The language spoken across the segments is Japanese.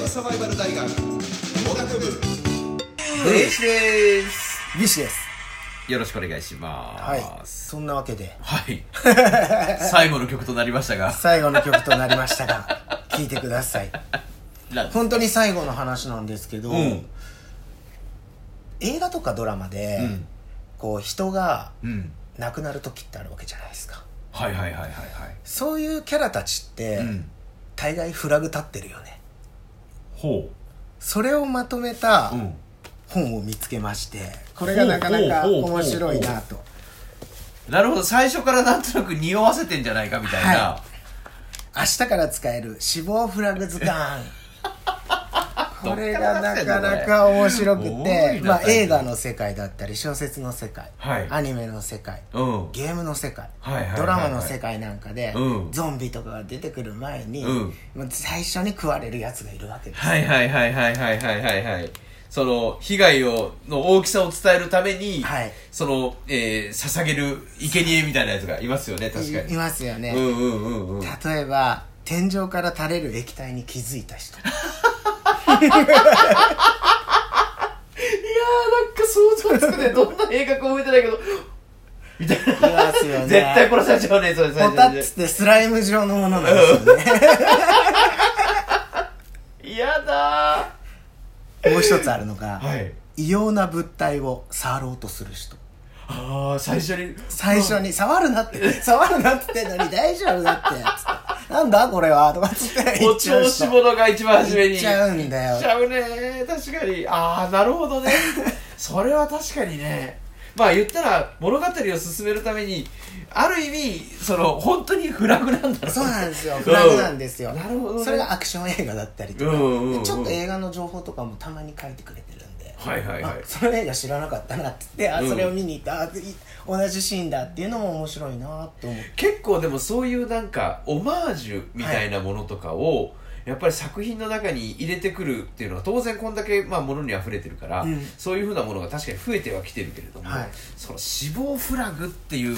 サバイバル大学農学部レイシです。 ギシです。 よろしくお願いします。 はい。そんなわけで、 はい。最後の曲となりましたが。 最後の曲となりましたが、聴いてください。本当に最後の話なんですけど、映画とかドラマで、こう人が亡くなる時ってあるわけじゃないですか。 はいはいはいはいはい。 そういうキャラたちって、大概フラグ立ってるよね。 ほう。 それをまとめた本を見つけまして、これがなかなか面白いなと。 なるほど、最初からなんとなく匂わせてんじゃないかみたいな。 はい、明日から使える死亡フラグ図鑑。これがなかなか面白くて、まあ、映画の世界だったり小説の世界、アニメの世界、ゲームの世界、ドラマの世界なんかで、ゾンビとかが出てくる前に、最初に食われるやつがいるわけです。 はいはいはいはいはいはいはいはい。その被害の大きさを伝えるために、その、捧げる生贄みたいなやつがいますよね。確かにいますよね。例えば天井から垂れる液体に気づいた人。いやー、なんか想像つくね。どんな映画か覚えてないけどみたいな。 いますよね。 絶対殺されちゃうね。それポタッつってスライム状のものなんですよね。 やだー。もう一つあるのが、異様な物体を触ろうとする人。 最初に触るなって言ってんのに大丈夫だってつって、なんだこれはとかつってお調子者が一番初めに言っちゃうんだよ。 言っちゃうね。確かに。なるほどね。それは確かにね。まあ言ったら物語を進めるためにある意味その本当にフラグなんだろうね。 そうなんですよ。フラグなんですよ。 なるほどね。 それがアクション映画だったりとか、ちょっと映画の情報とかもたまに書いてくれてるんで、その映画知らなかったなって言って、それを見に行った、同じシーンだっていうのも面白いなって思って。 結構でもそういうなんかオマージュみたいなものとかを、やっぱり作品の中に入れてくるっていうのは当然こんだけものに溢れてるから、そういうふうなものが確かに増えてはきてるけれども、その死亡フラグっていう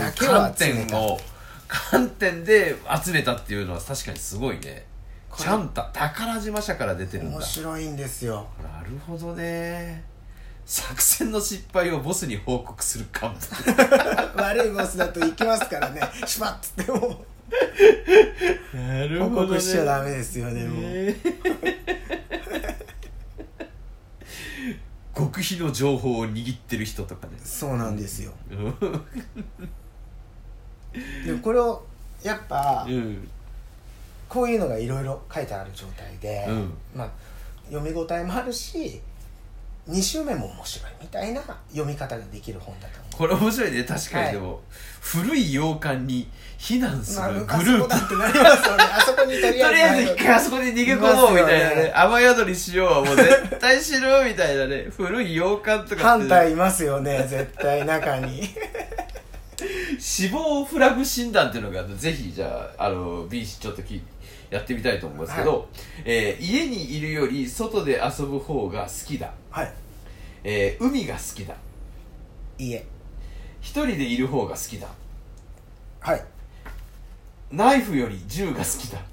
観点で集めたっていうのは確かにすごいね。ちゃんと宝島社から出てるんだ。 面白いんですよ。 なるほどね。作戦の失敗をボスに報告する幹部。 悪いボスだと行きますからね。シュパッつってもなるほどね。 報告しちゃダメですよね。もう極秘の情報を握ってる人とかね。 そうなんですよ。でもこれをやっぱ、こういうのがいろいろ書いてある状態で、まあ読み応えもあるし2週目も面白いみたいな読み方ができる本だと思う。 これ面白いね。確かに。でも、古い洋館に避難するグループ、 あそこだってなりますよね。あそこにとりあえず一回あそこに逃げ込もうみたいなね。雨宿りしようはもう絶対死ぬみたいなね。古い洋館とか反対いますよね。絶対中に。 死亡フラグ診断っていうのがぜひじゃあB 氏ちょっとやってみたいと思いますけど、家にいるより外で遊ぶ方が好きだ。海が好きだ。 家。 一人でいる方が好きだ。ナイフより銃が好きだ。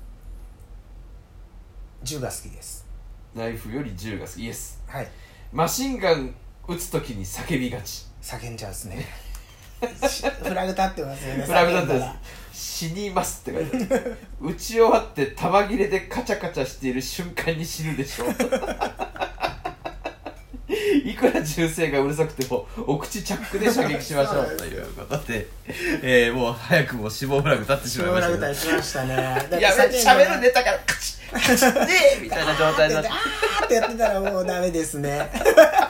銃が好きです。 ナイフより銃が好き。イエス。マシンガン撃つときに叫びがち。 叫んじゃうですね。フラグ立ってますよね。 フラグ立ってます。死にますって書いてある。撃ち終わって弾切れでカチャカチャしている瞬間に死ぬでしょう。いくら銃声がうるさくてもお口チャックで射撃しましょうということで、もう早くも死亡フラグ立ってしまいましたけど。 死亡フラグ立ちましたね。 やべ、喋るネタからカチッカチッねえみたいな状態になってってやってたらもうダメですね。